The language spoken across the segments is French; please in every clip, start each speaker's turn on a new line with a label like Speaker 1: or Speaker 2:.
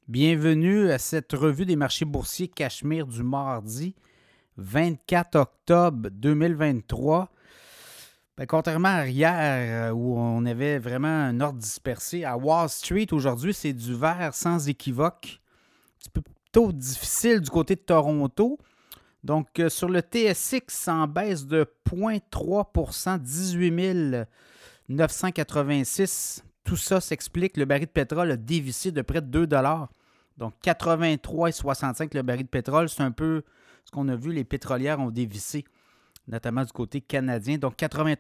Speaker 1: Bienvenue à cette revue des marchés boursiers Cachemire du mardi 24 octobre 2023. Contrairement à hier où on avait vraiment un ordre dispersé, à Wall Street aujourd'hui, c'est du vert sans équivoque. Un petit peu plutôt difficile du côté de Toronto. Donc, sur le TSX, en baisse de 0,3 %, 18 986. Tout ça s'explique. Le baril de pétrole a dévissé de près de 2 $. Donc, 83,65 le baril de pétrole. C'est un peu ce qu'on a vu. Les pétrolières ont dévissé, notamment du côté canadien. Donc,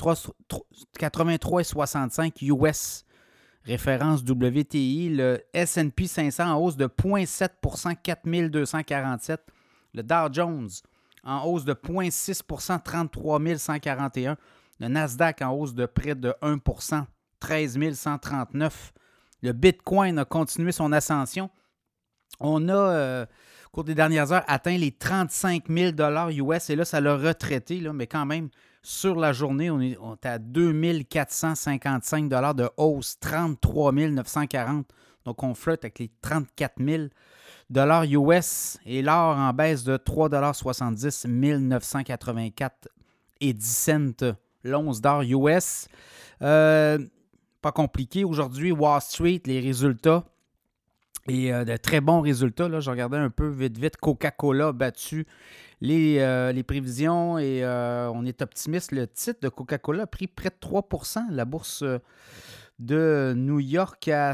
Speaker 1: 83,65 US. Référence WTI. Le S&P 500 en hausse de 0,7 %, 4247. Le Dow Jones en hausse de 0,6 %, 33 141. Le Nasdaq en hausse de près de 1 %, 13 139. Le Bitcoin a continué son ascension. On a, au cours des dernières heures, atteint les 35 000 $ US et là, ça l'a retraité, là, mais quand même, sur la journée, on est à 2 455 $ de hausse, 33 940. Donc, on flotte avec les 34 000 $ US et l'or en baisse de 3,70 $, 1984 et 10 cents l'once d'or US. Pas compliqué. Aujourd'hui, Wall Street, les résultats et de très bons résultats. Là, je regardais un peu vite. Coca-Cola a battu les prévisions et on est optimiste. Le titre de Coca-Cola a pris près de 3 %. La bourse de New York à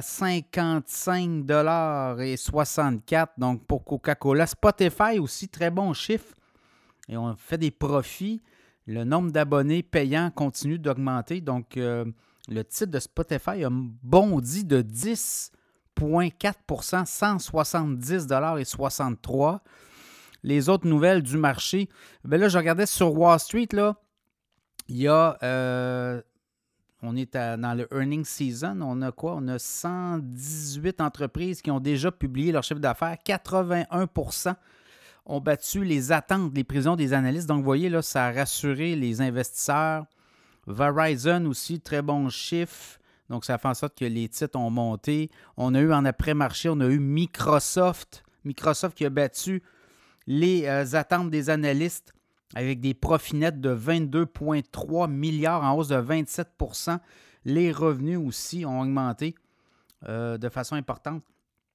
Speaker 1: 55,64 $. Donc, pour Coca-Cola. Spotify aussi, très bon chiffre. Et on fait des profits. Le nombre d'abonnés payants continue d'augmenter. Donc, le titre de Spotify a bondi de 10,4 %, 170,63 $. Les autres nouvelles du marché, bien là, je regardais sur Wall Street, là, il y a, on est dans le earnings season, on a quoi? On a 118 entreprises qui ont déjà publié leur chiffre d'affaires, 81 % ont battu les attentes, les prévisions des analystes. Donc, vous voyez, là, ça a rassuré les investisseurs. Verizon aussi, très bon chiffre. Donc, ça fait en sorte que les titres ont monté. On a eu en après-marché, on a eu Microsoft. Microsoft qui a battu les attentes des analystes avec des profits nets de 22,3 milliards en hausse de 27 %. Les revenus aussi ont augmenté de façon importante.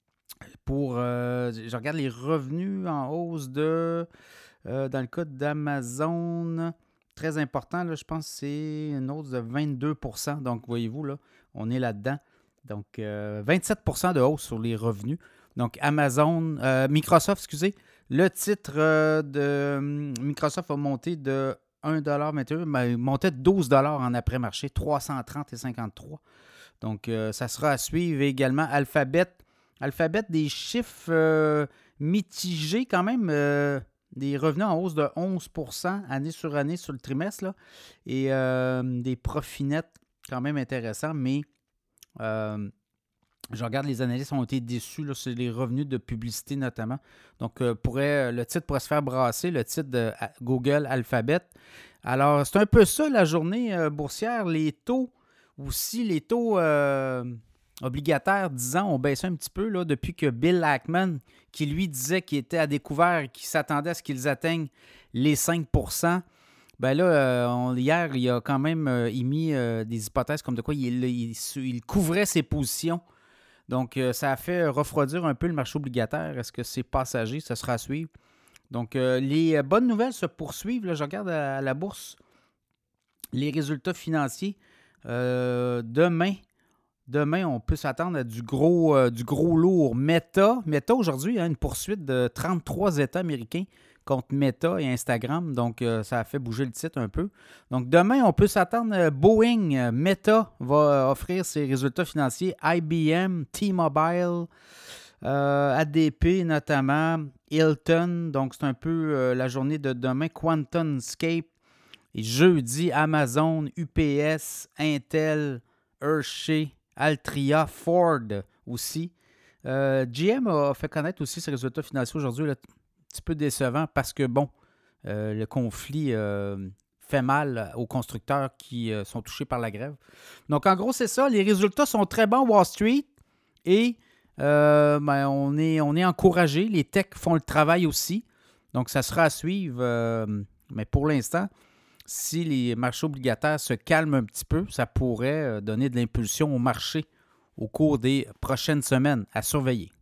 Speaker 1: Je regarde les revenus en hausse dans le cas d'Amazon, très important, là, je pense que c'est une hausse de 22 %. Donc, voyez-vous, là, on est là-dedans. Donc, 27 % de hausse sur les revenus. Donc, Microsoft, excusez, le titre de Microsoft a monté de 1 $ maintenant, mais il montait de 12 $ en après-marché, 330,53 $. Donc, ça sera à suivre. Et également, Alphabet, des chiffres mitigés quand même, des revenus en hausse de 11 % année sur année sur le trimestre, là, et des profits nets quand même intéressants, mais je regarde, les analystes ont été déçus là, sur les revenus de publicité notamment. Donc, le titre pourrait se faire brasser, le titre de Google Alphabet. Alors, c'est un peu ça la journée boursière. Les taux aussi, les taux obligataires 10 ans ont baissé un petit peu là, depuis que Bill Ackman, qui lui disait qu'il était à découvert et qu'il s'attendait à ce qu'ils atteignent les 5 %. Ben là, hier, il a quand même émis des hypothèses comme de quoi il couvrait ses positions. Donc, ça a fait refroidir un peu le marché obligataire. Est-ce que c'est passager? Ça sera à suivre. Donc, les bonnes nouvelles se poursuivent. Là, je regarde à la bourse les résultats financiers. Demain, on peut s'attendre à du gros lourd. Meta aujourd'hui, une poursuite de 33 États américains contre Meta et Instagram. Donc, ça a fait bouger le titre un peu. Donc, demain, on peut s'attendre Boeing. Meta va offrir ses résultats financiers. IBM, T-Mobile, ADP notamment, Hilton. Donc, c'est un peu la journée de demain. QuantumScape. Et jeudi, Amazon, UPS, Intel, Hershey, Altria, Ford aussi. GM a fait connaître aussi ses résultats financiers aujourd'hui, là, un petit peu décevant parce que, le conflit fait mal aux constructeurs qui sont touchés par la grève. Donc, en gros, c'est ça. Les résultats sont très bons Wall Street et On est encouragé. Les techs font le travail aussi. Donc, ça sera à suivre. Mais pour l'instant, si les marchés obligataires se calment un petit peu, ça pourrait donner de l'impulsion au marché au cours des prochaines semaines à surveiller.